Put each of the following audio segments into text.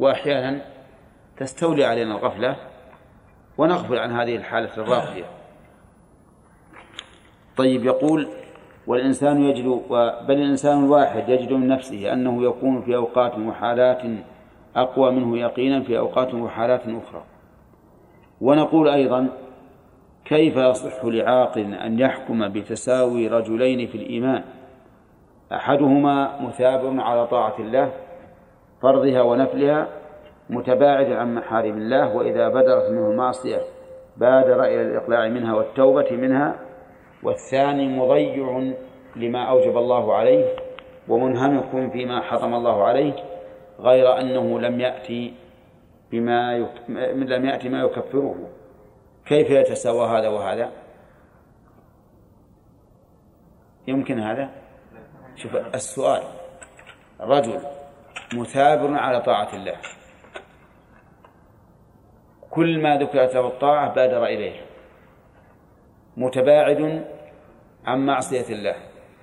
وأحيانا تستولي علينا الغفلة ونغفل عن هذه الحالة الراقية. طيب، يقول والإنسان يجد بل الإنسان الواحد يجد من نفسه أنه يكون في أوقات وحالات أقوى منه يقينا في أوقات وحالات أخرى. ونقول أيضا: كيف يصح لعاقل أن يحكم بتساوي رجلين في الإيمان أحدهما مثابر على طاعة الله فرضها ونفلها متباعد عن محارم الله، وإذا بدرت منه المعصية بادر إلى الإقلاع منها والتوبة منها، والثاني مضيع لما أوجب الله عليه ومنهمك فيما حرم الله عليه، غير أنه لم يأتي ما يكفره. كيف يتساوى هذا وهذا؟ يمكن هذا؟ شوف السؤال: رجل مثابر على طاعة الله، كل ما ذكرت له الطاعة بادر إليه، متباعد عن معصية الله،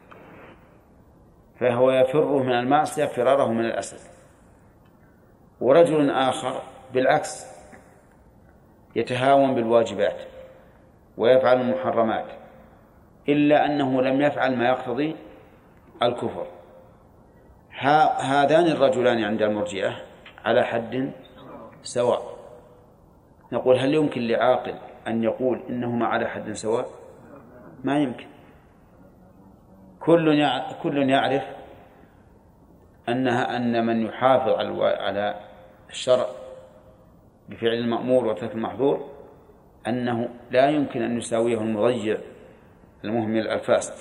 فهو يفر من المعصية فراره من الأسد. ورجل آخر بالعكس يتهاون بالواجبات ويفعل المحرمات، إلا أنه لم يفعل ما يقتضي الكفر. هذان الرجلان عند المرجئة على حد سواء. نقول: هل يمكن لعاقل أن يقول إنهما على حد سواء؟ ما يمكن. كل يعرف أن من يحافظ على الشرع بفعل المأمور وترك المحظور أنه لا يمكن أن يساويه المضيع المهمل الفاسق.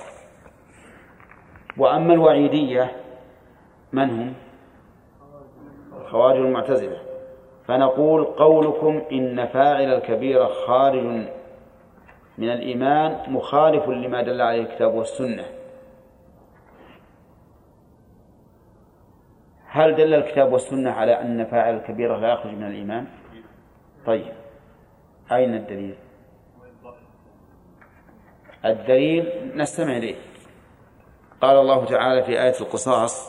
وأما الوعيدية من هم؟ الخوارج المعتزلة. فنقول: قولكم إن فاعل الكبيرة خارج من الإيمان مخالف لما دل عليه الكتاب والسنة. هل دل الكتاب والسنة على أن فاعل الكبيرة لا يخرج من الإيمان؟ طيب، أين الدليل؟ الدليل نستمع إليه. قال الله تعالى في آية القصاص: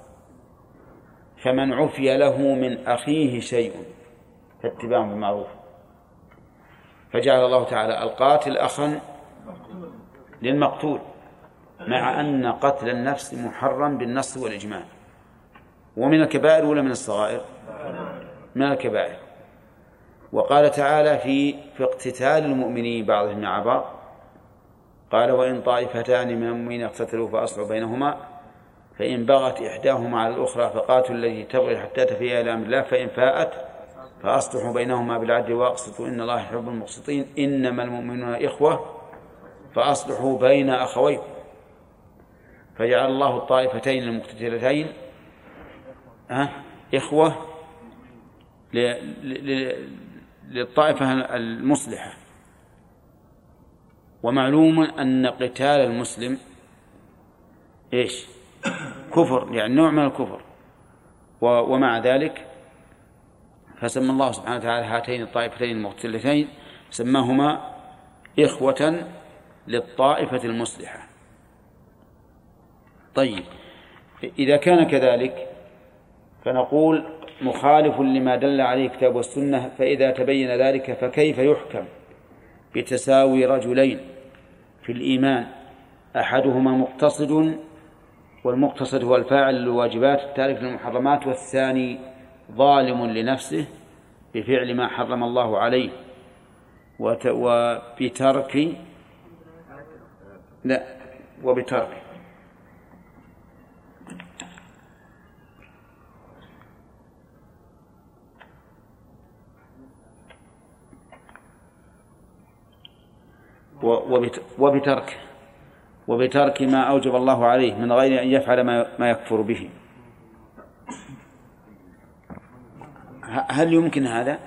فمن عفي له من أخيه شيء فاتباع بالمعروف. فجعل الله تعالى القاتل أخا للمقتول، مع أن قتل النفس محرم بالنص والإجماع. ومن الكبائر ولا من الصغائر؟ من الكبائر. وقال تعالى في اقتتال المؤمنين بعضهم مع بعض: قال: وإن طائفتان من المؤمنين اقتتلوا فأصلحوا بينهما فإن بغت إحداهما على الأخرى فقاتلوا التي تبغي حتى تفيء إلى أمر الله فإن فاءت فأصلحوا بينهما بالعدل وأقسطوا إن الله يحب المقسطين إنما المؤمنون إخوة فأصلحوا بين أخويكم. فجعل الله الطائفتين المقتتلتين إخوة للطائفة المصلحة. ومعلوم أن قتال المسلم إيش؟ كفر، يعني نوع من الكفر. ومع ذلك فسمى الله سبحانه وتعالى هاتين الطائفتين المقتتلتين سماهما إخوة للطائفة المصلحة. طيب، إذا كان كذلك فنقول: مخالف لما دل عليه الكتاب والسنة. فإذا تبين ذلك فكيف يحكم بتساوي رجلين في الإيمان أحدهما مقتصد، والمقتصد هو الفاعل للواجبات التارك للمحرمات، والثاني ظالم لنفسه بفعل ما حرم الله عليه وبترك وبترك ما أوجب الله عليه من غير أن يفعل ما يكفر به. هل يمكن هذا؟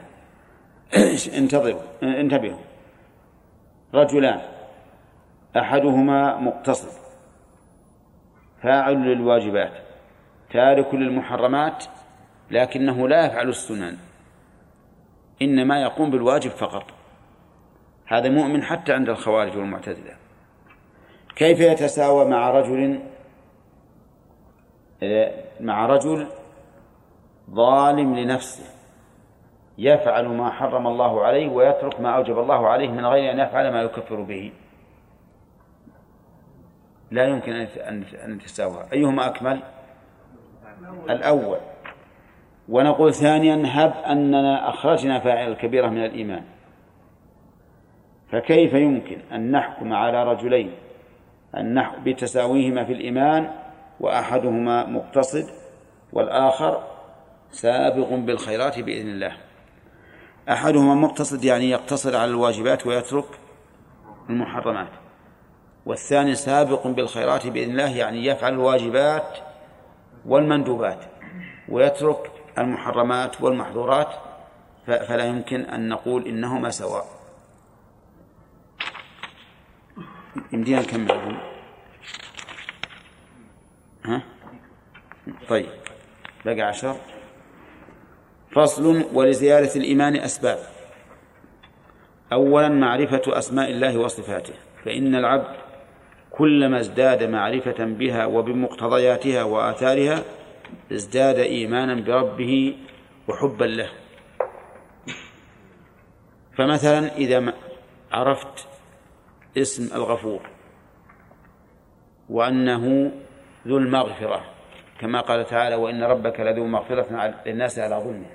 انتبهوا: رجلان أحدهما مقتصد فاعل للواجبات تارك للمحرمات، لكنه لا يفعل السنن، إنما يقوم بالواجب فقط. هذا مؤمن حتى عند الخوارج والمعتزلة. كيف يتساوى مع رجل ظالم لنفسه يفعل ما حرم الله عليه ويترك ما أوجب الله عليه من غير أن يفعل ما يكفر به، لا يمكن أن تساوى. أيهما أكمل؟ الأول. ونقول ثانيا: هب أننا أخرجنا فاعل الكبيرة من الإيمان، فكيف يمكن أن نحكم على رجلين بتساويهما في الإيمان وأحدهما مقتصد والآخر سابق بالخيرات بإذن الله؟ أحدهما مقتصد يعني يقتصر على الواجبات ويترك المحرمات، والثاني سابق بالخيرات بإذن الله يعني يفعل الواجبات والمندوبات ويترك المحرمات والمحظورات، فلا يمكن أن نقول إنهما سواء. يمدينا نكملهم؟ طيب، بقى 10. فصل: ولزيادة الإيمان أسباب. أولا: معرفة أسماء الله وصفاته، فإن العبد كلما ازداد معرفة بها وبمقتضياتها وآثارها ازداد إيمانا بربه وحبا له. فمثلا إذا عرفت اسم الغفور وأنه ذو المغفرة كما قال تعالى: وإن ربك لذو مغفرة للناس على ظلمهم،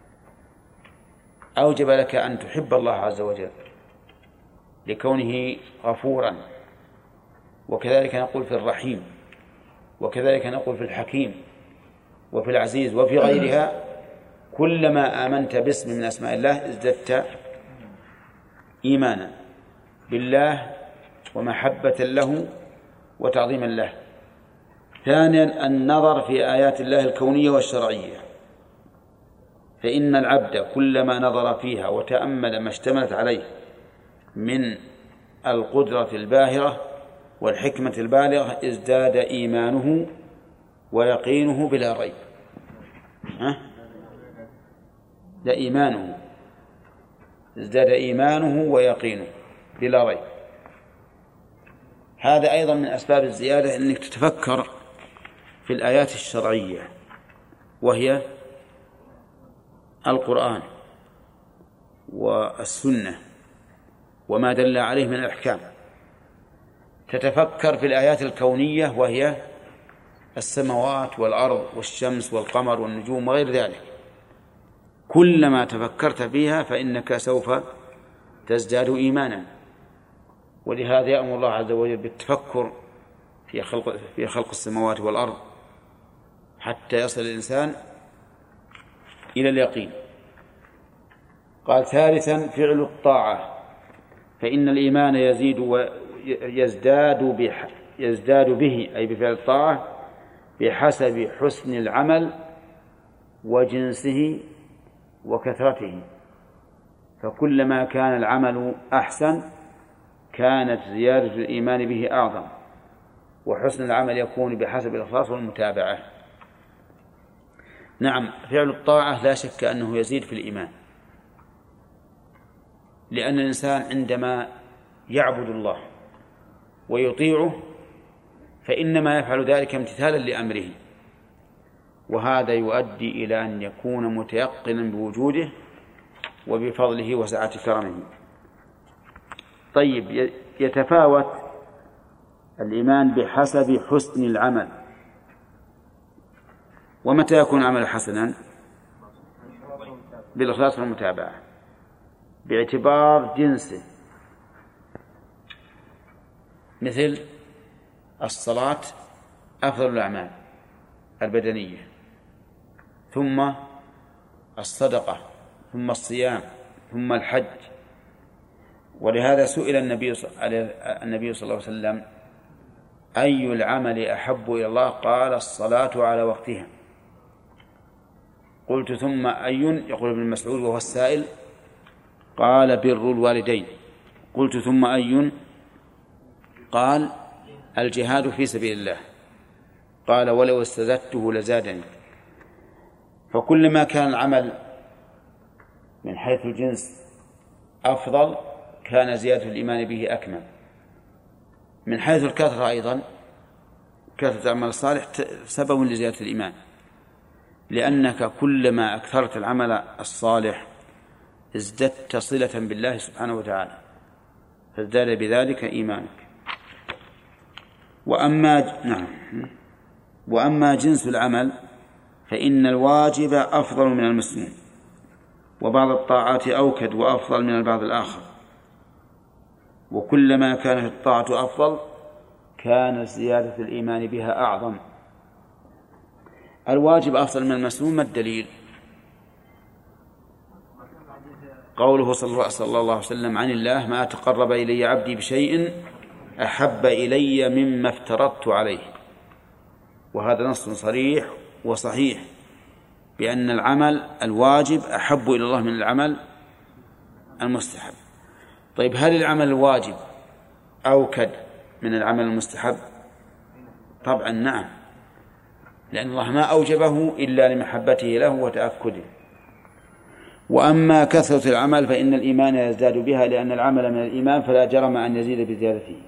أوجب لك أن تحب الله عز وجل لكونه غفورا. وكذلك نقول في الرحيم، وكذلك نقول في الحكيم وفي العزيز وفي غيرها. كلما آمنت باسم من أسماء الله ازددت إيمانا بالله ومحبة له وتعظيما له. ثانيا: النظر في آيات الله الكونية والشرعية، فإن العبد كلما نظر فيها وتأمل ما اشتملت عليه من القدرة الباهرة والحكمة البالغة ازداد إيمانه ويقينه بلا ريب. ازداد إيمانه ويقينه بلا ريب. هذا أيضا من أسباب الزيادة أنك تتفكر في الآيات الشرعية وهي القرآن والسنة وما دل عليه من الأحكام. تتفكر في الآيات الكونية وهي السماوات والأرض والشمس والقمر والنجوم وغير ذلك. كلما تفكرت فيها فإنك سوف تزداد إيمانا. ولهذا يأمر الله عز وجل بالتفكر في خلق السماوات والأرض حتى يصل الإنسان إلى اليقين. قال: ثالثا: فعل الطاعة، فإن الإيمان يزداد به أي بفعل الطاعة بحسب حسن العمل وجنسه وكثرته، فكلما كان العمل أحسن كانت زيادة الإيمان به أعظم، وحسن العمل يكون بحسب الإخلاص والمتابعة. نعم، فعل الطاعة لا شك أنه يزيد في الإيمان، لأن الإنسان عندما يعبد الله ويطيعه فإنما يفعل ذلك امتثالا لأمره، وهذا يؤدي إلى أن يكون متيقنا بوجوده وبفضله وسعة كرمه. طيب، يتفاوت الإيمان بحسب حسن العمل. ومتى يكون عمل حسنا؟ بالإخلاص والمتابعة باعتبار جنسه، مثل الصلاة أفضل الأعمال البدنية، ثم الصدقة، ثم الصيام، ثم الحج. ولهذا سئل النبي صلى الله عليه وسلم: أي العمل أحب إلى الله؟ قال: الصلاة على وقتها. قلت: ثم أي؟ يقول ابن مسعود وهو السائل: قال: بر الوالدين. قلت: ثم أي؟ قال: الجهاد في سبيل الله. قال: ولو استزدته لزادني. فكلما كان العمل من حيث الجنس أفضل كان زيادة الإيمان به أكمل. من حيث الكثرة أيضا، كثرة العمل الصالح سبب لزيادة الإيمان. لأنك كلما أكثرت العمل الصالح ازددت صلة بالله سبحانه وتعالى، فازداد بذلك إيمانك. وأما جنس العمل فإن الواجب أفضل من المسنون، وبعض الطاعات أوكد وأفضل من البعض الآخر، وكلما كانت الطاعة أفضل كان زيادة الإيمان بها أعظم. الواجب أفضل من المسنون، ما الدليل؟ قوله صلى الله عليه وسلم عن الله: ما تقرب إلي عبدي بشيء أحب إلي مما افترضت عليه. وهذا نص صريح وصحيح بأن العمل الواجب أحب إلى الله من العمل المستحب. طيب، هل العمل الواجب أوكد من العمل المستحب؟ طبعا نعم، لأن الله ما أوجبه إلا لمحبته له وتأكده. وأما كثرة العمل فإن الإيمان يزداد بها، لأن العمل من الإيمان فلا جرم أن يزيد بزيادته.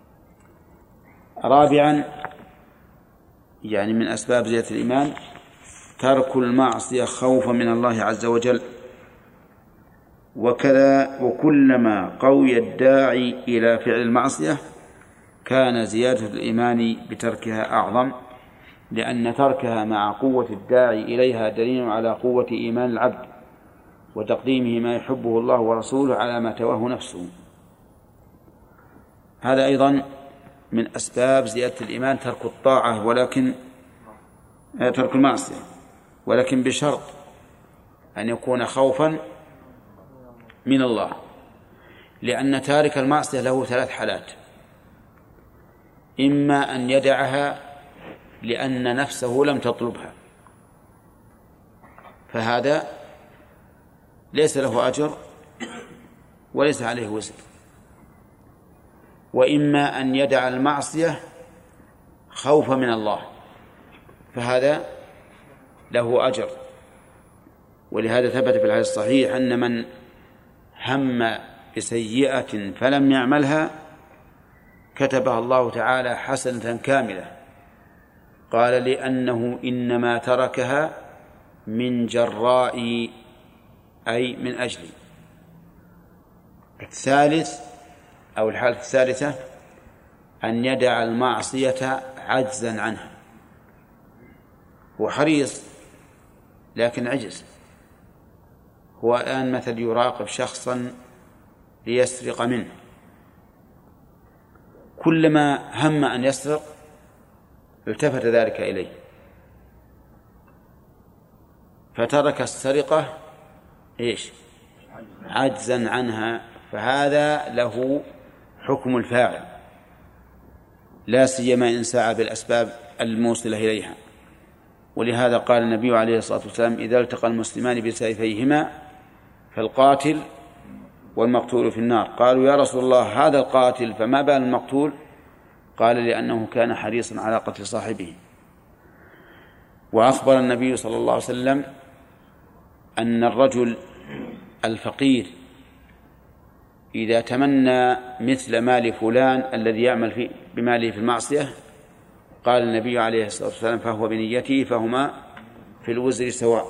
رابعا، يعني من أسباب زيادة الإيمان ترك المعصية خوفا من الله عز وجل. وكلما قوي الداعي إلى فعل المعصية كان زيادة الإيمان بتركها أعظم، لأن تركها مع قوة الداعي إليها دليل على قوة إيمان العبد وتقديمه ما يحبه الله ورسوله على ما تواه نفسه. هذا أيضا من أسباب زيادة الإيمان ترك الطاعة، ولكن ترك المعصية، ولكن بشرط أن يكون خوفا من الله، لأن تارك المعصية له 3 حالات: إما أن يدعها لأن نفسه لم تطلبها، فهذا ليس له أجر وليس عليه وزر، وإما أن يدع المعصية خوفا من الله، فهذا له أجر. ولهذا ثبت في الحديث الصحيح أن من هم بسيئة فلم يعملها كتبها الله تعالى حسنة كاملة، قال: لأنه إنما تركها من جراء، أي من أجلي. الثالث أو الحالة الثالثة أن يدع المعصية عجزا عنها، هو حريص لكن عجز. هو الآن مثل يراقب شخصا ليسرق منه، كلما هم أن يسرق التفت ذلك إليه فترك السرقة عجزا عنها، فهذا له حكم الفاعل، لا سيما إن سعى بالأسباب الموصلة إليها. ولهذا قال النبي عليه الصلاة والسلام: إذا التقى المسلمان بسيفيهما فالقاتل والمقتول في النار. قالوا: يا رسول الله، هذا القاتل فما بال المقتول؟ قال: لأنه كان حريصا على قتل صاحبه. وأخبر النبي صلى الله عليه وسلم أن الرجل الفقير إذا تمنى مثل مال فلان الذي يعمل بماله في المعصية، قال النبي عليه الصلاة والسلام: فهو بنيته، فهما في الوزر سواء.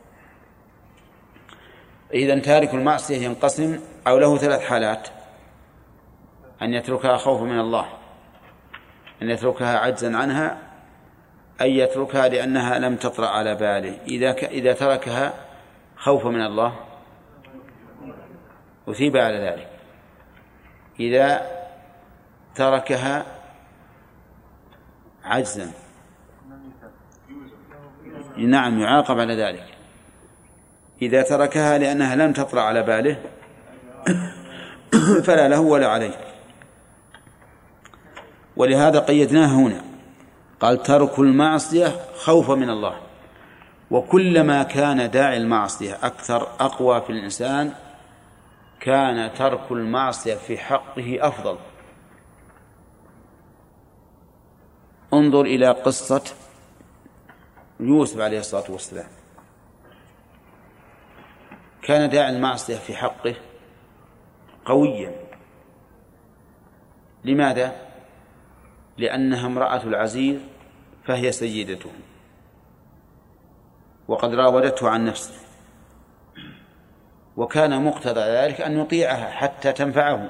إذن تارك المعصية ينقسم أو له 3 حالات: أن يتركها خوفا من الله، أن يتركها عجزا عنها، أن يتركها لأنها لم تطرأ على باله. إذا تركها خوفا من الله أثيب على ذلك، إذا تركها عجزا نعم يعاقب على ذلك، إذا تركها لأنها لم تطرأ على باله فلا له ولا عليه. ولهذا قيدناه هنا، قال: ترك المعصية خوفا من الله. وكلما كان داعي المعصية أكثر أقوى في الإنسان كان ترك المعصية في حقه أفضل. انظر إلى قصة يوسف عليه الصلاة والسلام، كان داعي المعصية في حقه قويا. لماذا؟ لأنها امرأة العزيز فهي سيدته، وقد راودته عن نفسه، وكان مقتضى ذلك أن يطيعها حتى تنفعه.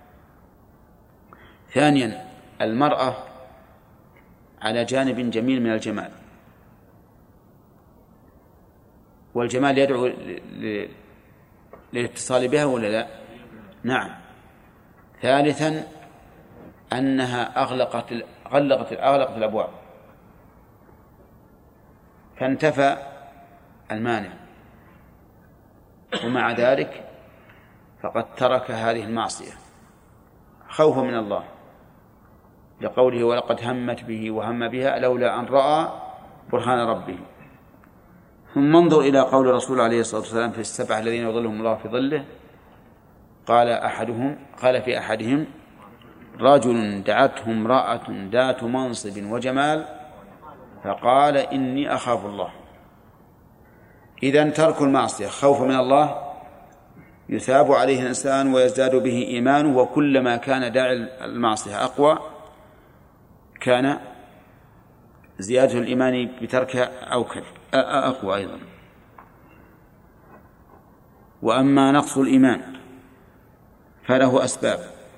ثانيا، المرأة على جانب جميل من الجمال، والجمال يدعو للاتصال بها ولا لا؟ نعم. ثالثا، أنها غلقت الأبواب فانتفى المانع، ومع ذلك فقد ترك هذه المعصية خوفا من الله، لقوله ولقد همت به وهم بها لولا أن رأى برهان ربه. ثم انظر إلى قول الرسول عليه الصلاة والسلام في السبعة الذين يظلهم الله في ظله، قال في أحدهم رجل دعته امرأة ذات منصب وجمال فقال إني أخاف الله. إذن ترك المعصية خوفا من الله يثاب عليه الإنسان ويزداد به إيمانه، وكلما كان داعي المعصية أقوى كان زيادة الإيمان بتركها أقوى أيضا. وأما نقص الإيمان فله أسباب.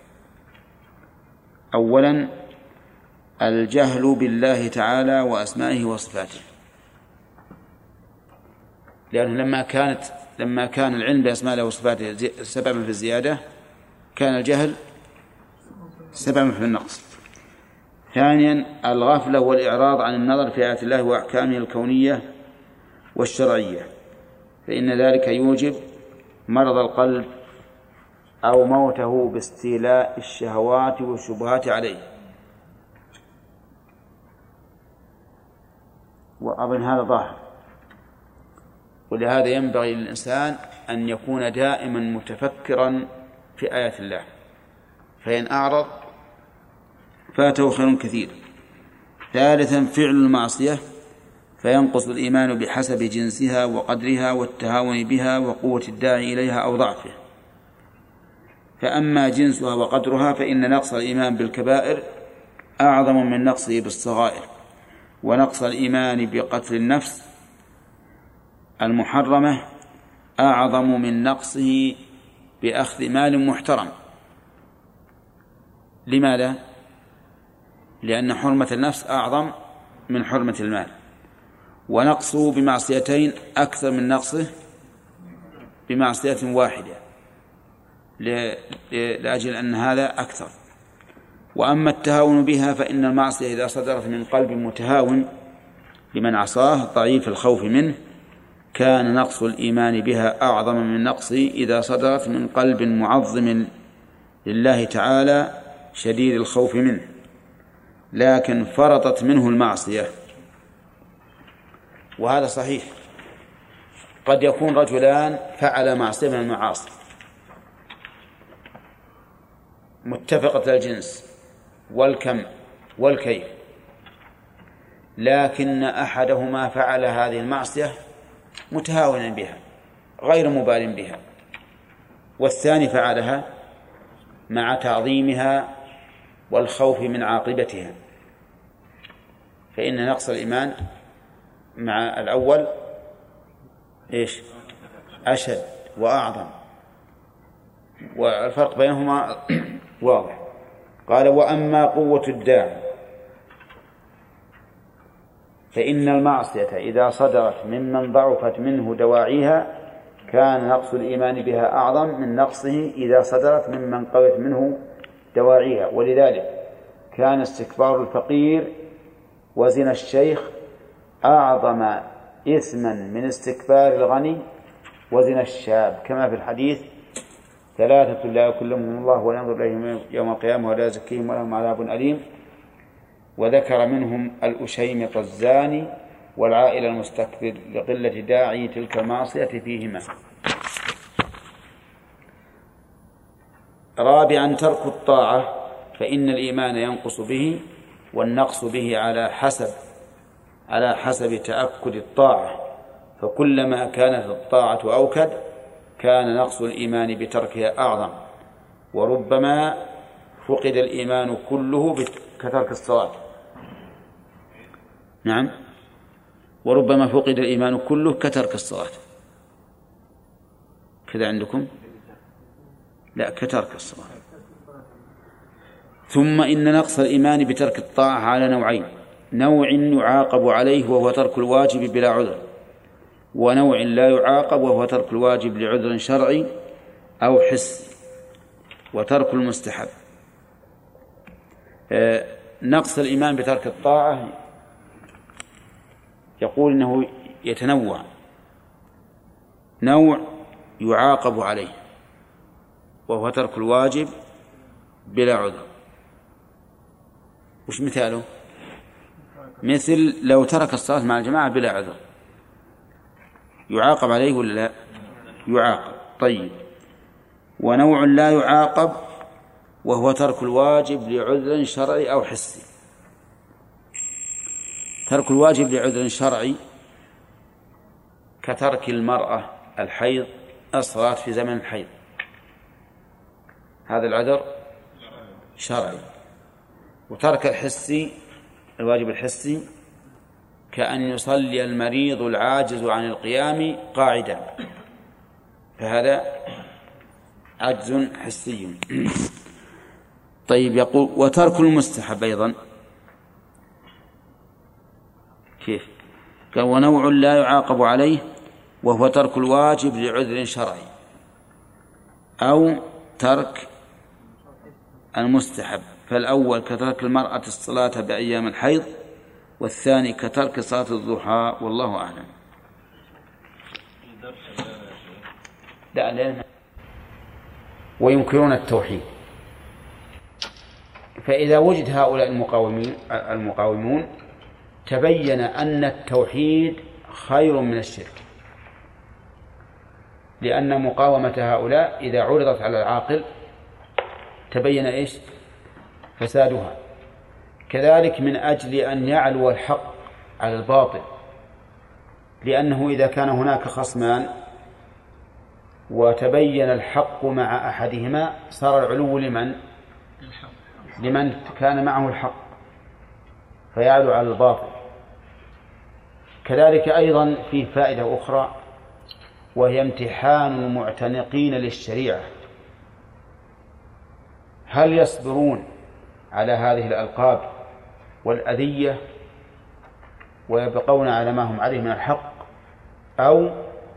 أولا، الجهل بالله تعالى وأسمائه وصفاته، لأنه لما كان العلم بأسماء الله وصفاته سببا في الزيادة كان الجهل سببا في النقص. ثانيا، الغفلة والإعراض عن النظر في آيات الله وأحكامه الكونية والشرعية، فإن ذلك يوجب مرض القلب أو موته باستيلاء الشهوات والشبهات عليه. وأظن هذا ظاهر، ولهذا ينبغي للإنسان أن يكون دائما متفكرا في آيات الله، فإن أعرض فاته خير كثير. ثالثا، فعل المعصية فينقص الإيمان بحسب جنسها وقدرها والتهاون بها وقوة الداعي إليها أو ضعفه. فأما جنسها وقدرها فإن نقص الإيمان بالكبائر أعظم من نقصه بالصغائر، ونقص الإيمان بقتل النفس المحرمة أعظم من نقصه بأخذ مال محترم. لماذا؟ لأن حرمة النفس أعظم من حرمة المال، ونقصه بمعصيتين أكثر من نقصه بمعصية واحدة، لأجل أن هذا أكثر. وأما التهاون بها فإن المعصية إذا صدرت من قلب متهاون لمن عصاه ضعيف الخوف منه كان نقص الإيمان بها أعظم من نقصه إذا صدرت من قلب معظم لله تعالى شديد الخوف منه لكن فرطت منه المعصية. وهذا صحيح، قد يكون رجلان فعل معصية من المعاصي متفقة الجنس والكم والكيف، لكن أحدهما فعل هذه المعصية متهاونا بها غير مبال بها، والثاني فعلها مع تعظيمها والخوف من عاقبتها، فإن نقص الإيمان مع الأول أشد وأعظم، والفرق بينهما واضح. قال وأما قوة الداعي فإن المعصية إذا صدرت ممن ضعفت منه دواعيها كان نقص الإيمان بها أعظم من نقصه إذا صدرت ممن قوت منه دواعيها. ولذلك كان استكبار الفقير وزنا الشيخ أعظم إثما من استكبار الغني وزنا الشاب، كما في الحديث ثلاثة لا يكلمهم الله ولا ينظر إليهم يوم القيامة ولا يزكيهم ولهم عذاب أليم، وذكر منهم الأشيمط الزاني والعائل المستكبر لقلة داعي تلك المعصية فيهما. رابعا ترك الطاعة فإن الإيمان ينقص به، والنقص به على حسب تأكد الطاعة، فكلما كانت الطاعة أوكد كان نقص الإيمان بتركها أعظم، وربما فقد الإيمان كله كترك الصلاة. نعم، وربما فقد الإيمان كله كترك الصلاة. كذا عندكم؟ لا، كترك الصلاة. ثم إن نقص الإيمان بترك الطاعة على نوعين: نوع يعاقب عليه وهو ترك الواجب بلا عذر، ونوع لا يعاقب وهو ترك الواجب لعذر شرعي أو حسي وترك المستحب. نقص الإيمان بترك الطاعة يقول إنه يتنوع: نوع يعاقب عليه وهو ترك الواجب بلا عذر. وش مثاله؟ مثل لو ترك الصلاة مع الجماعة بلا عذر يعاقب عليه ولا لا؟ يعاقب. طيب، ونوع لا يعاقب وهو ترك الواجب لعذر شرعي أو حسي. ترك الواجب لعذر شرعي كترك المرأة الحيض الصلاة في زمن الحيض، هذا العذر شرعي. وترك الحسي، الواجب الحسي، كأن يصلي المريض العاجز عن القيام قاعدا، فهذا عجز حسي. طيب، يقول وترك المستحب أيضا كيف؟ قال ونوع لا يعاقب عليه وهو ترك الواجب لعذر شرعي أو ترك المستحب، فالأول كترك المرأة الصلاة بأيام الحيض، والثاني كترك صلاة الضحى، والله أعلم. وينكرون التوحيد. فإذا وجد هؤلاء المقاومون تبين أن التوحيد خير من الشرك، لأن مقاومة هؤلاء إذا عرضت على العاقل تبين إيش؟ فسادها. كذلك من أجل أن يعلو الحق على الباطل، لأنه إذا كان هناك خصمان وتبين الحق مع أحدهما صار العلو لمن كان معه الحق فيعلو على الباطل. كذلك أيضا في فائدة أخرى، وهي امتحان المعتنقين للشريعة، هل يصبرون على هذه الألقاب والأذية ويبقون على ما هم عليه من الحق، أو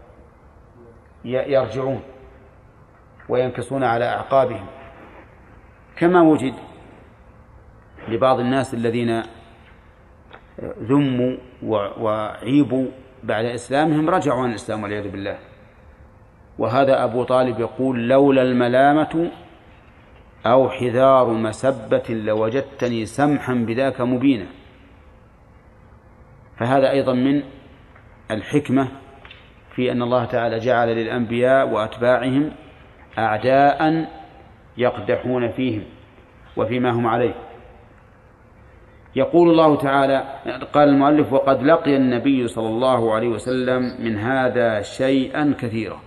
يرجعون وينكسون على أعقابهم، كما وجد لبعض الناس الذين ذموا وعيبوا بعد إسلامهم رجعوا عن الإسلام والعياذ بالله. وهذا أبو طالب يقول: لولا الملامة أو حذار مسبة لوجدتني سمحا بذاك مبينا. فهذا أيضا من الحكمة في أن الله تعالى جعل للأنبياء وأتباعهم أعداء يقدحون فيهم وفيما هم عليه. يقول الله تعالى، قال المؤلف: وقد لقي النبي صلى الله عليه وسلم من هذا شيئا كثيرا.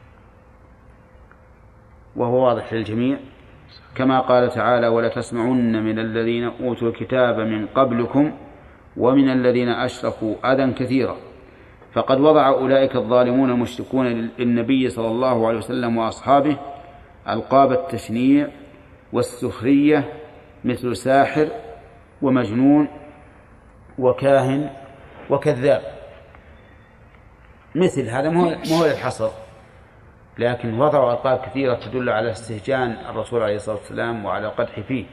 وهو واضح للجميع، كما قال تعالى: ولتسمعن من الذين أوتوا الكتاب من قبلكم ومن الذين أشركوا أذى كثيرا. فقد وضع أولئك الظالمون المشركون للنبي صلى الله عليه وسلم وأصحابه ألقاب التشنيع والسخرية، مثل ساحر ومجنون وكاهن وكذاب. مثل هذا مو للحصر، لكن وضعوا ألقاب كثيرة تدل على استهجان الرسول عليه الصلاة والسلام وعلى القدح فيه،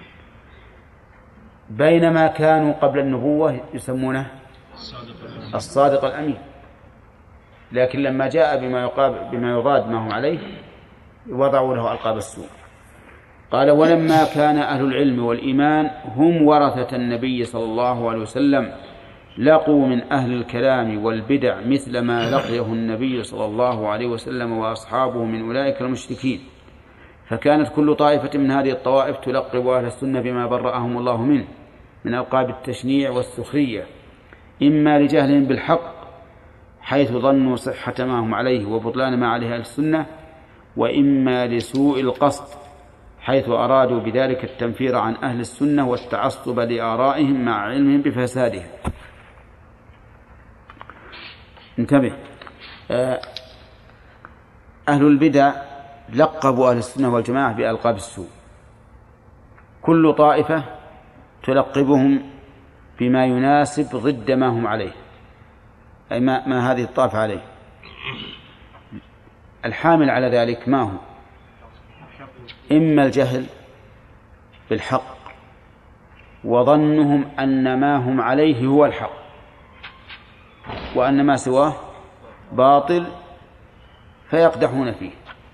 بينما كانوا قبل النبوة يسمونه الصادق الأمين. لكن لما جاء بما يضاد ما هم عليه وضعوا له ألقاب السوء. قال: ولما كان أهل العلم والإيمان هم ورثة النبي صلى الله عليه وسلم لقوا من أهل الكلام والبدع مثل ما لقيه النبي صلى الله عليه وسلم وأصحابه من أولئك المشركين، فكانت كل طائفة من هذه الطوائف تلقب أهل السنة بما برأهم الله منه من ألقاب التشنيع والسخرية، إما لجهلهم بالحق حيث ظنوا صحة ما هم عليه وبطلان ما عليه أهل السنة، وإما لسوء القصد حيث أرادوا بذلك التنفير عن أهل السنة والتعصب لآرائهم مع علمهم بفسادها. انتبه. أهل البدع لقبوا أهل السنة والجماعة بألقاب السوء، كل طائفة تلقبهم بما يناسب ضد ما هم عليه، أي ما هذه الطائفة عليه. الحامل على ذلك ما هو؟ إما الجهل بالحق وظنهم أن ما هم عليه هو الحق وأن ما سواه باطل فيقدحون فيه،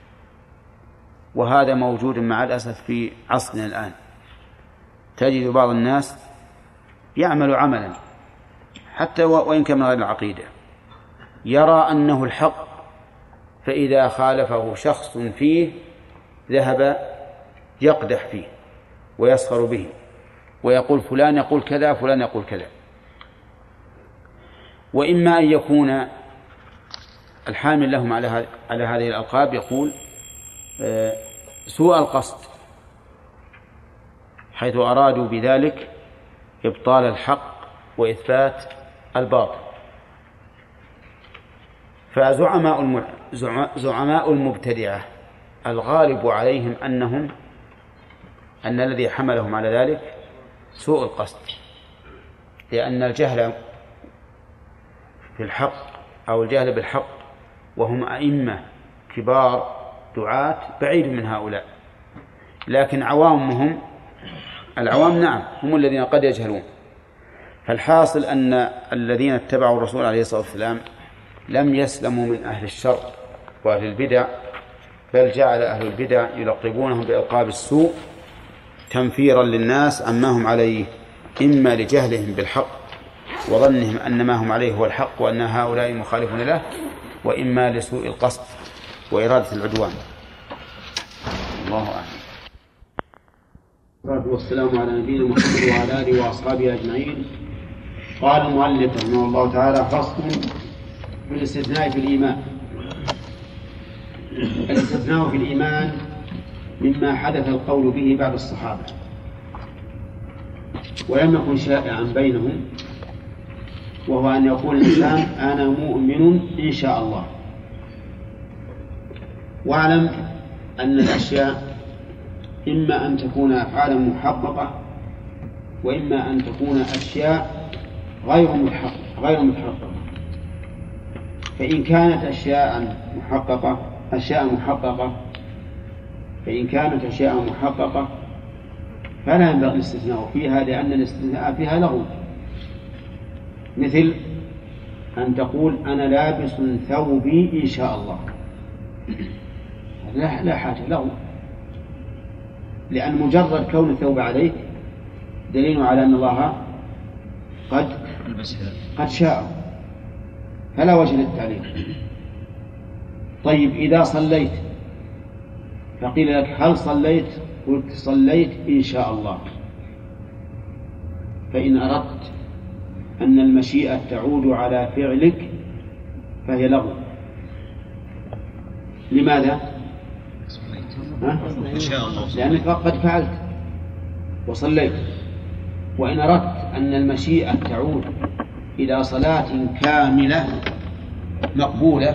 وهذا موجود مع الأسف في عصرنا الآن. تجد بعض الناس يعمل عملا حتى وإن كان من غير العقيدة، يرى أنه الحق، فإذا خالفه شخص فيه ذهب يقدح فيه ويسخر به ويقول فلان يقول كذا فلان يقول كذا. وإما أن يكون الحامل لهم على هذه الألقاب يقول سوء القصد، حيث أرادوا بذلك إبطال الحق وإثبات الباطل. فزعماء المبتدعة الغالب عليهم أن الذي حملهم على ذلك سوء القصد، لأن الجهل في الحق أو الجهل بالحق وهم أئمة كبار دعاة بعيد من هؤلاء، لكن العوام نعم هم الذين قد يجهلون. فالحاصل أن الذين اتبعوا الرسول عليه الصلاة والسلام لم يسلموا من أهل الشر وأهل البدع، بل جعل أهل البدع يلقبونهم بألقاب السوء تنفيرا للناس عما هم عليه، إما لجهلهم بالحق وظنهم أن ما هم عليه هو الحق وأن هؤلاء مخالفون له، وإما لسوء القصد وإرادة العدوان. الله أعلم. والصلاة والسلام على نبينا محمد وعلى آله وأصحابه أجمعين. قال المؤلف رحمه الله تعالى: فصل في الاستثناء في الإيمان. الاستثناء في الإيمان مما حدث القول به بعد الصحابة ولم يكن شائعا بينهم، وهو أن يقول الإنسان أنا مؤمن إن شاء الله. واعلم أن الأشياء إما أن تكون أفعالا محققة وإما أن تكون أشياء غير محققة. فإن كانت أشياء محققة فلا ينبغي الاستثناء فيها، لأن الاستثناء فيها لغو، مثل أن تقول أنا لابس ثوبي إن شاء الله، لا حاجة له، لأن مجرد كون الثوب عليك دليل على أن الله قد شاء، فلا وجه للتعليق. طيب إذا صليت فقيل لك هل صليت؟ قلت صليت إن شاء الله، فإن أردت أن المشيئة تعود على فعلك فهي لغو. لماذا؟ لأنك قد فعلت وصليت. وإن أردت أن المشيئة تعود إلى صلاة كاملة مقبولة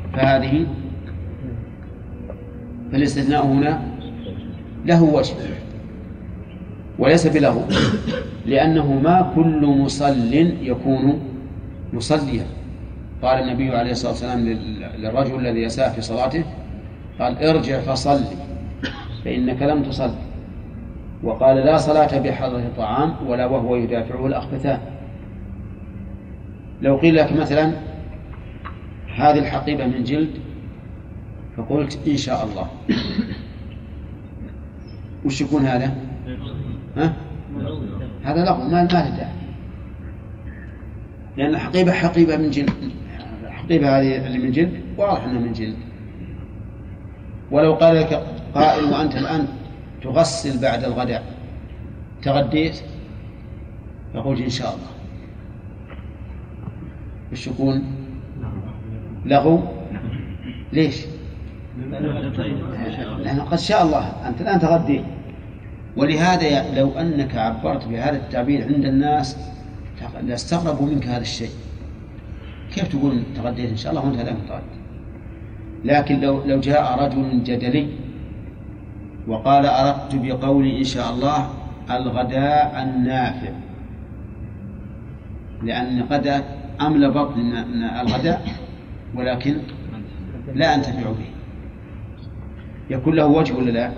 فالاستثناء هنا له وجه وليس بلغو، لأنه ما كل مصل يكون مصليا. قال النبي عليه الصلاة والسلام للرجل الذي يساء في صلاته قال ارجع فصلي فإنك لم تصلي، وقال لا صلاة بحضرة الطعام ولا وهو يدافعه الأخبثان. لو قيل لك مثلا هذه الحقيبة من جلد فقلت إن شاء الله، وش يكون هذا؟ هذا لغو ما له داعي، لأن الحقيبة حقيبة من جلد، الحقيبة هذه اللي من جلد واضح أنها من جلد. ولو قال لك قائل وأنت الآن تغسل بعد الغداء تغديت فقلت إن شاء الله، وش يكون؟ لغو. ليش؟ لأنه قد شاء الله أنت الآن تغديت. ولهذا لو أنك عبرت بهذا التعبير عند الناس لاستغربوا منك هذا الشيء. كيف تقول تغديت إن شاء الله وأنت لا متغدى؟ لكن لو جاء رجل جدلي وقال أردت بقولي إن شاء الله الغداء النافع، لأن غدا أملى بطن من الغداء ولكن لا أنتفع به، يكون له وجه ولا لا؟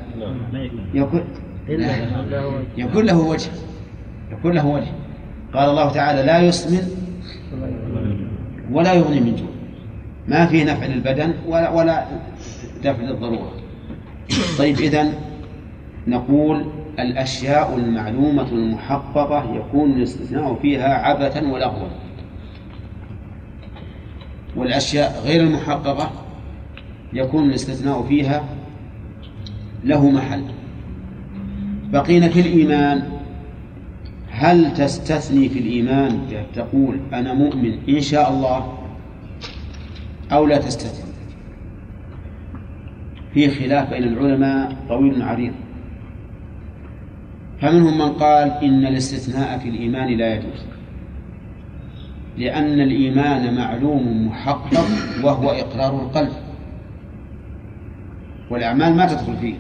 يكون له وجه، يكون له وجه. قال الله تعالى لا يسمن ولا يغني من جوع، ما فيه نفع للبدن ولا دفع للضرورة. طيب إذن نقول الأشياء المعلومة المحققة يكون الاستثناء فيها عبثا ولغوا، والأشياء غير المحققة يكون الاستثناء فيها له محل. بقينا في الإيمان، هل تستثني في الإيمان تقول أنا مؤمن إن شاء الله أو لا تستثني؟ في خلاف بين العلماء طويل عريض، فمنهم من قال إن الاستثناء في الإيمان لا يجوز، لأن الإيمان معلوم محقق وهو إقرار القلب، والأعمال ما تدخل فيه.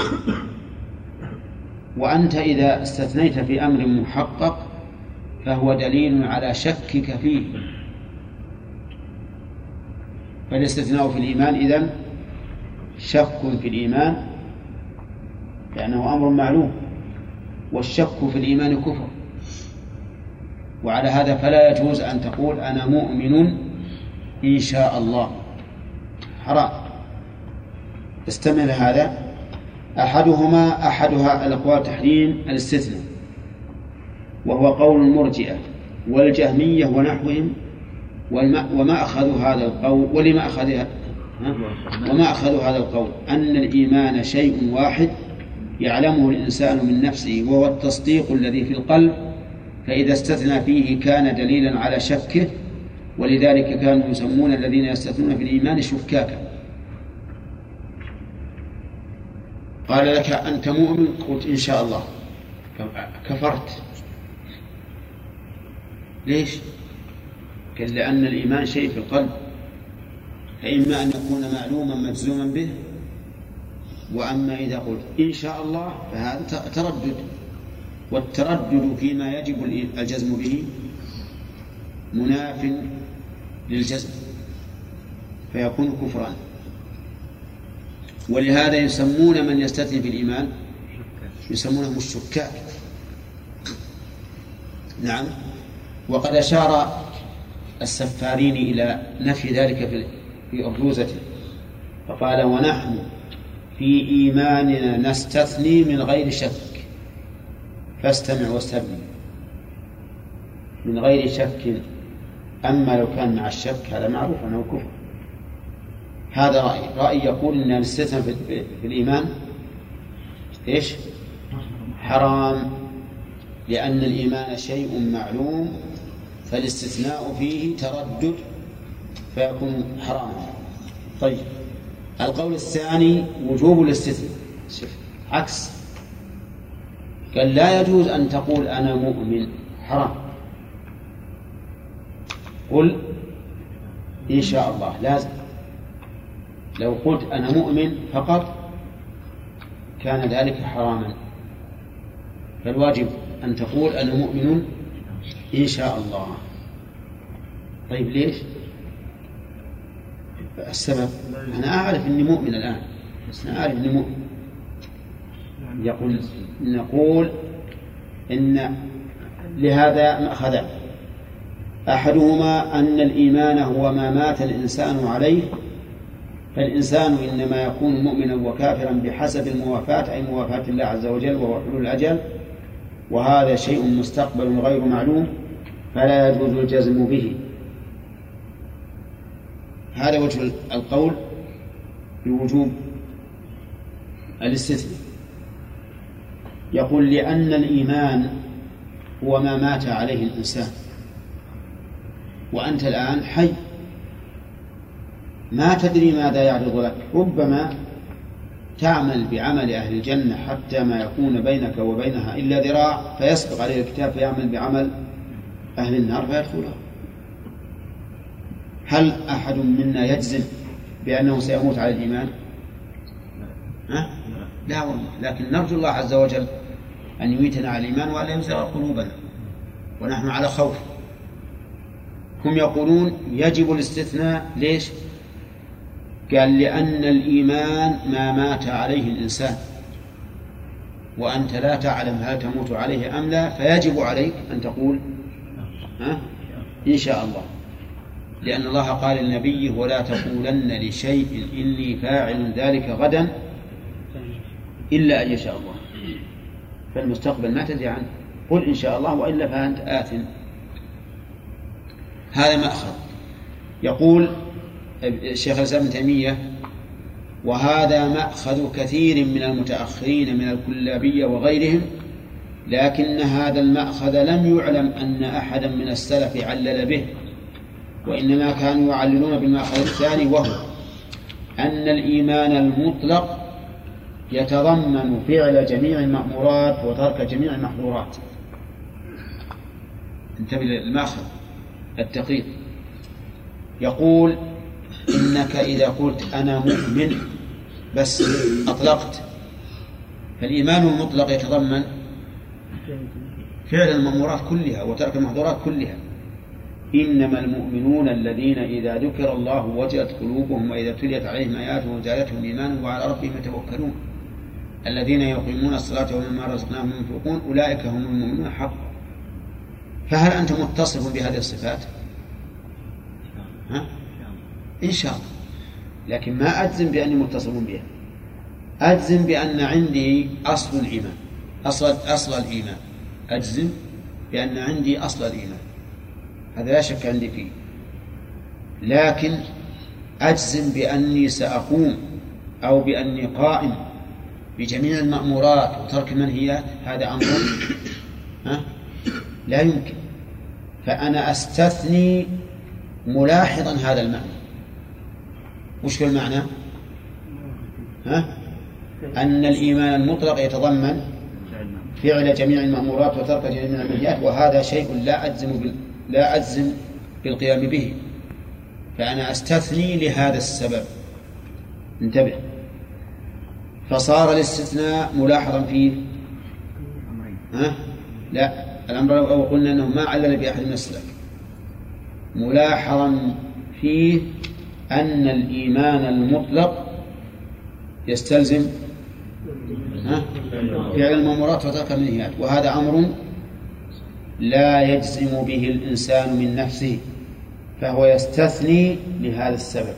وأنت إذا استثنيت في أمر محقق فهو دليل على شكك فيه، فالاستثناء في الإيمان إذن شك في الإيمان لأنه أمر معلوم، والشك في الإيمان كفر. وعلى هذا فلا يجوز أن تقول أنا مؤمن إن شاء الله، حرام. استمع لهذا، أحدها الأقوال تحريم الاستثناء، وهو قول المرجئة والجهمية ونحوهم، وما أخذوا هذا القول وما أخذوا هذا القول أن الإيمان شيء واحد يعلمه الإنسان من نفسه وهو التصديق الذي في القلب، فإذا استثنى فيه كان دليلا على شكه، ولذلك كانوا يسمون الذين يستثنون في الإيمان شكاكا. قال لك أنت مؤمن، قلت إن شاء الله، كفرت. ليش؟ قال لأن الإيمان شيء في القلب، فإما أن يكون معلوما مجزوما به، وأما إذا قلت إن شاء الله فهذا تردد، والتردد فيما يجب الجزم به مناف للجزم فيكون كفرا. ولهذا يسمون من يستثني في الإيمان يسمونهم الشكاك. نعم. وقد أشار السفارين إلى نفي ذلك في أرجوزته، فقال ونحن في إيماننا نستثني من غير شك، فاستمع واستبني، من غير شك. أما لو كان مع الشك هذا معروف أنه كفر. هذا رأي يقول أن الاستثناء في الإيمان إيش؟ حرام، لأن الإيمان شيء معلوم، فالاستثناء فيه تردد فيكون حراما. طيب، القول الثاني وجوب الاستثناء، عكس، قال لا يجوز أن تقول أنا مؤمن، حرام. قل إن شاء الله، لازم. لو قلت أنا مؤمن فقط كان ذلك حراما، فالواجب أن تقول أنا مؤمن إن شاء الله. طيب ليش؟ السبب أنا أعرف أني مؤمن الآن، أنا أعرف أني مؤمن. نقول إن لهذا مأخذان، أحدهما أن الإيمان هو ما مات الإنسان عليه، فالإنسان إنما يكون مؤمنا وكافرا بحسب الموافاة، أي موافاة الله عز وجل وهو حلول الأجل، وهذا شيء مستقبل غير معلوم فلا يجوز الجزم به. هذا وجه القول بوجوب الاستثناء. يقول لأن الإيمان هو ما مات عليه الإنسان، وأنت الآن حي ما تدري ماذا يعرض لك، ربما تعمل بعمل أهل الجنة حتى ما يكون بينك وبينها إلا ذراع، فيسبق عليه الكتاب فيعمل بعمل أهل النار فيدخلها. هل أحد منا يجزم بأنه سيموت على الإيمان؟ لا والله، لكن نرجو الله عز وجل أن يميتنا على الإيمان وأن يمزغ قلوبنا ونحن على خوف. هم يقولون يجب الاستثناء. ليش؟ قال لأن الإيمان ما مات عليه الإنسان وأنت لا تعلم هل تموت عليه أم لا، فيجب عليك أن تقول إن شاء الله، لأن الله قال للنبي ولا تقولن لشيء إني فاعل ذلك غدا إلا أن يشاء الله. فالمستقبل ما تدري عنه، قل إن شاء الله وإلا فأنت آثم. هذا مأخذ. يقول الشيخ الإسلام ابن تيمية وهذا مأخذ كثير من المتأخرين من الكلابية وغيرهم، لكن هذا المأخذ لم يعلم أن أحدا من السلف علل به، وإنما كانوا يعللون بالمأخذ الثاني، وهو أن الإيمان المطلق يتضمن فعل جميع المأمورات وترك جميع المحظورات. انتبه للمأخذ الدقيق. يقول إنك إذا قلت أنا مؤمن بس أطلقت، فالإيمان المطلق يتضمن فعل المأمورات كلها وترك المحظورات كلها. إنما المؤمنون الذين إذا ذكر الله وجلت قلوبهم وإذا تليت عليهم آياته وزادتهم إيمانا وعلى ربهم يتوكلون الذين يقيمون الصلاة ومما رزقناهم ينفقون أولئك هم المؤمنون حقا. فهل أنت متصف بهذه الصفات؟ إن شاء الله، لكن ما أجزم بأني متصف بها. أجزم بأن عندي أصل الإيمان، أصل الإيمان. أجزم بأن عندي أصل الإيمان، هذا لا شك عندي فيه. لكن أجزم بأني سأقوم أو بأني قائم بجميع المأمورات وترك المنهيات، هذا أمر لا يمكن. فأنا أستثني ملاحظا هذا المعنى. وش هو المعنى؟ أن الإيمان المطلق يتضمن فعل جميع المأمورات وترك جميع المنهيات، وهذا شيء لا أجزم بالقيام به، فأنا أستثني لهذا السبب. انتبه. فصار الاستثناء ملاحظا فيه لا الأمر، أو قلنا أنه ما علل بأحد من السلف، ملاحظا فيه أن الإيمان المطلق يستلزم فعل المأمورات وترك المنهيات، وهذا أمر لا يجزم به الإنسان من نفسه، فهو يستثني لهذا السبب.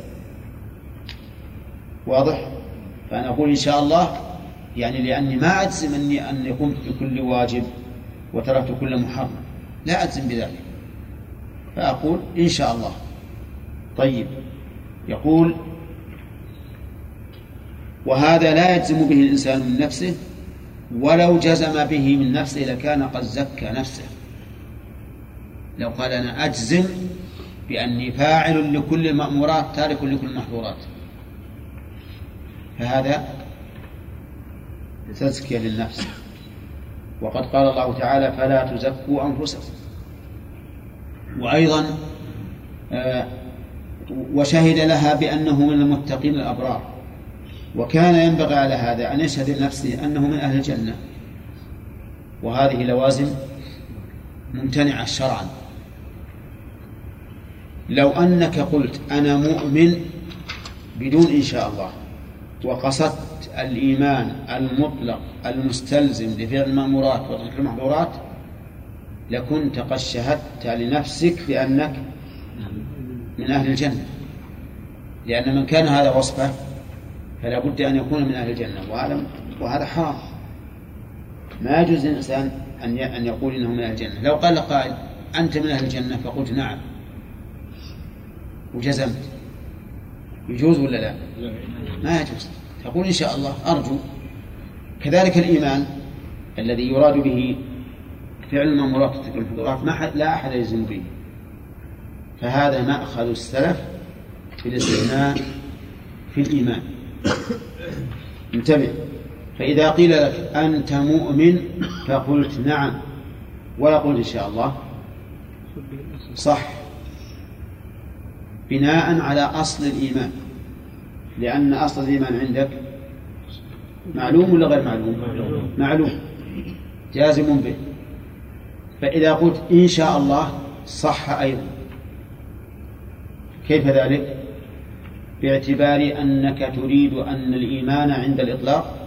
واضح؟ فأنا أقول إن شاء الله يعني لأني ما أجزم أني قمت بكل واجب وتركت كل محرم، لا أجزم بذلك، فأقول إن شاء الله. طيب. يقول وهذا لا يجزم به الإنسان من نفسه، ولو جزم به من نفسه لكان قد زكى نفسه. لو قال أنا أجزم بأني فاعل لكل المأمورات تارك لكل المحظورات، فهذا تزكية للنفس. وقد قال الله تعالى فلا تزكوا أنفسكم. وأيضا وشهد لها بأنه من المتقين الأبرار، وكان ينبغي على هذا أن يشهد لنفسه أنه من أهل الجنة، وهذه لوازم ممتنعة شرعا. لو أنك قلت أنا مؤمن بدون إن شاء الله وقصدت الإيمان المطلق المستلزم لفعل المأمورات وترك المحظورات، لكنت قد شهدت لنفسك بأنك من أهل الجنة، لأن من كان هذا وصفه فلا بد أن يكون من أهل الجنة، وهذا حرام. ما يجوز للإنسان أن يقول إنه من أهل الجنة. لو قال قائل أنت من أهل الجنة فقلت نعم وجزمت، يجوز ولا لا؟ ما يجوز. تقول إن شاء الله أرجو. كذلك الإيمان الذي يراد به فعل المأمورات وترك المحظورات لا أحد يلزم به، فهذا مأخذ السلف في الاستثناء في الإيمان. انتبه. فإذا قيل لك أنت مؤمن فقلت نعم ولا قلت إن شاء الله، صح. بناء على أصل الإيمان، لأن أصل الإيمان عندك معلوم ولا غير معلوم؟ معلوم جازم به. فإذا قلت إن شاء الله صح أيضا. كيف ذلك؟ باعتبار أنك تريد أن الإيمان عند الإطلاق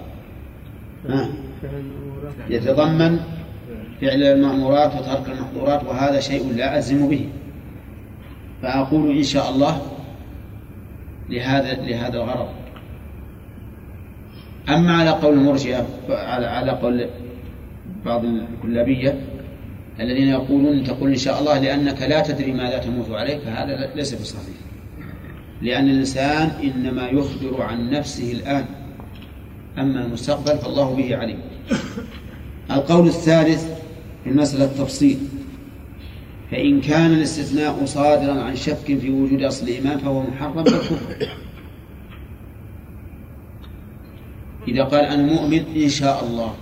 يتضمن فعل المأمورات وترك المحظورات، وهذا شيء لا ألزم به، فأقول إن شاء الله لهذا الغرض. أما على قول المرجئة، على قول بعض الكلابية الذين يقولون تقول إن شاء الله لأنك لا تدري ماذا تموت عليه، فهذا ليس بصحيح، لأن الإنسان إنما يخبر عن نفسه الآن، أما المستقبل فالله به عليم. القول الثالث في مسألة التفصيل، فإن كان الاستثناء صادرا عن شك في وجود أصل الإيمان فهو محرم بالكفر. إذا قال أنا مؤمن إن شاء الله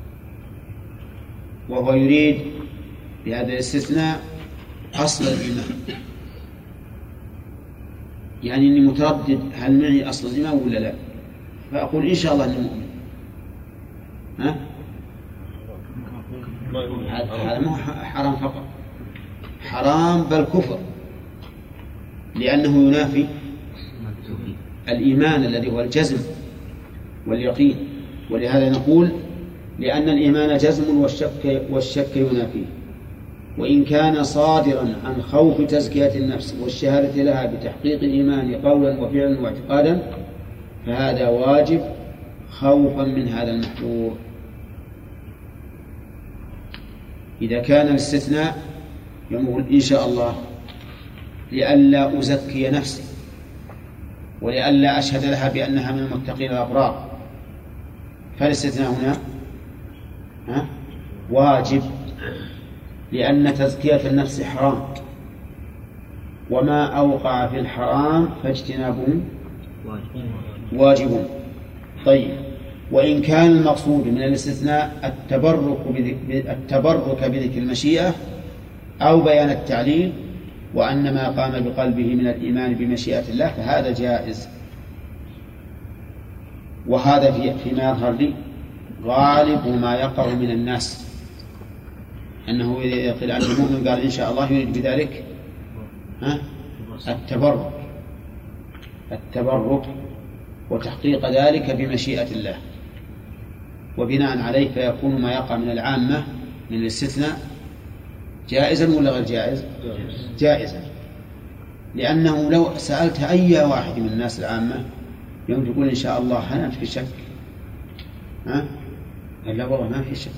وهو يريد بهذا الاستثناء أصل الإيمان، يعني أني متردد هل معي أصل الإيمان ولا لا، فأقول إن شاء الله أني مؤمن. هذا ما هو حرام فقط، حرام بل كفر، لأنه ينافي الإيمان الذي هو الجزم واليقين. ولهذا نقول لأن الإيمان جزم والشك ينافيه. وإن كان صادرا عن خوف تزكية النفس والشهادة لها بتحقيق الإيمان قولا وفعلا واعتقادا فهذا واجب خوفا من هذا المحظور. إذا كان الاستثناء يقول إن شاء الله لئلا أزكي نفسي ولئلا أشهد لها بأنها من المتقين الأبرار، فالاستثناء هنا واجب، لأن تزكية النفس حرام، وما أوقع في الحرام فاجتنابه واجب. طيب، وإن كان المقصود من الاستثناء التبرك بذكر المشيئة أو بيان التعليل وأن ما قام بقلبه من الإيمان بمشيئة الله فهذا جائز. وهذا فيما يظهر لي غالب ما يقع من الناس، أنه إذا يقول عن المؤمن قال إن شاء الله يريد بذلك التبرك وتحقيق ذلك بمشيئة الله، وبناء عليه فيكون ما يقع من العامة من الاستثناء جائزا ولا غير جائز؟ جائزا، لأنه لو سألت أي واحد من الناس العامة يوم تقول إن شاء الله هل أنت في شك؟ لا والله ما في شك،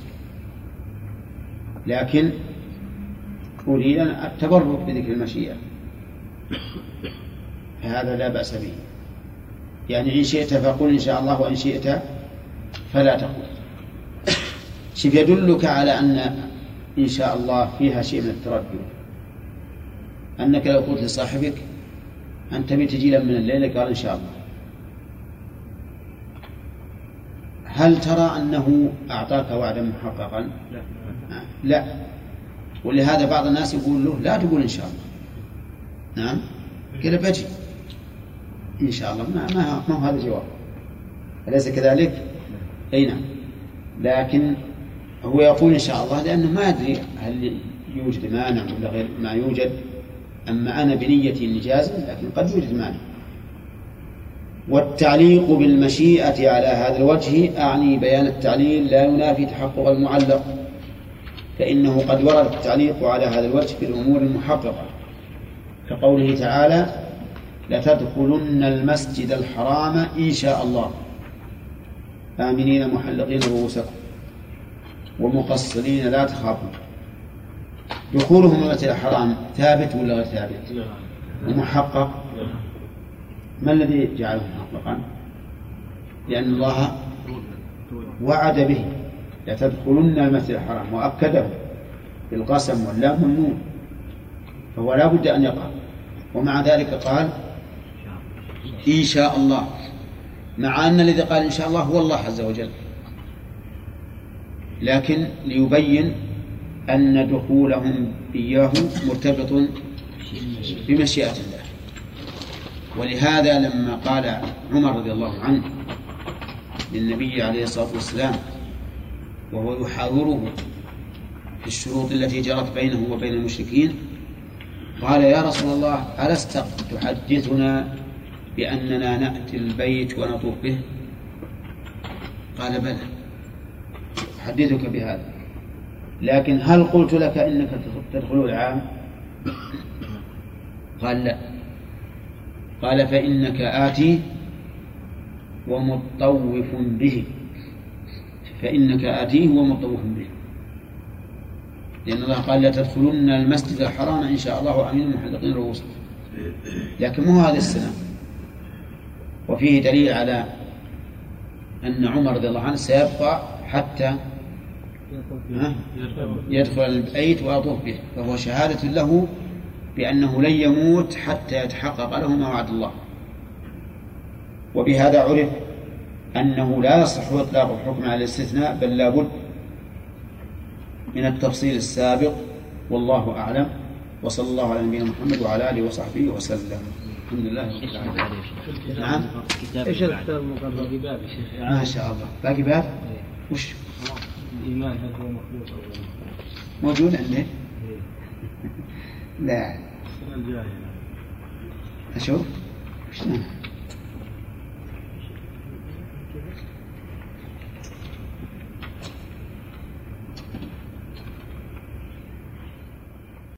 لكن أريد التبرك بذكر المشيئة، فهذا لا بأس به. يعني إن شئت فقل إن شاء الله وإن شئت فلا تقل. شوف يدلك على أن إن شاء الله فيها شيء من التردد، أنك لو قلت لصاحبك أنت بتجي من الليلة قال إن شاء الله، هل ترى أنه أعطاك وعدا محققا؟ لا. ولهذا بعض الناس يقول له لا تقول إن شاء الله. نعم كده بجي إن شاء الله، ما هو هذا الجواب، أليس كذلك؟ أي نعم، لكن هو يقول إن شاء الله لأنه ما يدري هل يوجد مانع ولا غير ما يوجد. أما أنا بنيتي إني جازم، لكن قد يوجد مانع. والتعليق بالمشيئة على هذا الوجه أعني بيان التعليل لا ينافي تحقق المعلق، فإنه قد ورد التعليق على هذا الوجه في الأمور المحققة، كقوله تعالى لتدخلن المسجد الحرام إن شاء الله آمنين محلقين رؤوسكم ومقصرين لا تخافون. دخولهم المسجد الحرام ثابت ولا غير ثابت؟ ومحقق. ما الذي جعله محققا؟ لأن الله وعد به لتدخلن المسجد الحرام وأكده بالقسم واللام والنون، فهو لا بد أن يقع. ومع ذلك قال إن شاء الله، مع أن الذي قال إن شاء الله هو الله عز وجل، لكن ليبين أن دخولهم إياه مرتبط بمشيئة الله. ولهذا لما قال عمر رضي الله عنه للنبي عليه الصلاة والسلام وهو يحاوره في الشروط التي جرت بينه وبين المشركين قال يا رسول الله ألست تحدثنا بأننا نأتي البيت ونطوف به؟ قال بلى أحدثك بهذا، لكن هل قلت لك إنك تدخل العام؟ قال لا. قال فإنك آتي ومطوف به، فإنك آتيه ومطوف به، لأن الله قال لا تدخلن المسجد الحرام إن شاء الله آمنين محلقين رؤوسكم، لكن مو هذه السنة. وفيه دليل على أن عمر رضي الله عنه سيبقى حتى يدخل البيت ويطوف به، فهو شهادة له بأنه لن يموت حتى يتحقق له ما وعد الله. وبهذا عرف أنه لا يصح إطلاق الحكم على الاستثناء، بل لا بد من التفصيل السابق، والله أعلم. وصلى الله على نبينا محمد وعلى آله وصحبه وسلم. الحمد لله رب العالمين. نعم. ايش الكتاب المقرر؟ ما شاء الله. باقي باب؟ وش؟ الإيمان هل هو مخلوق موجود عندك؟ لا. أشوف.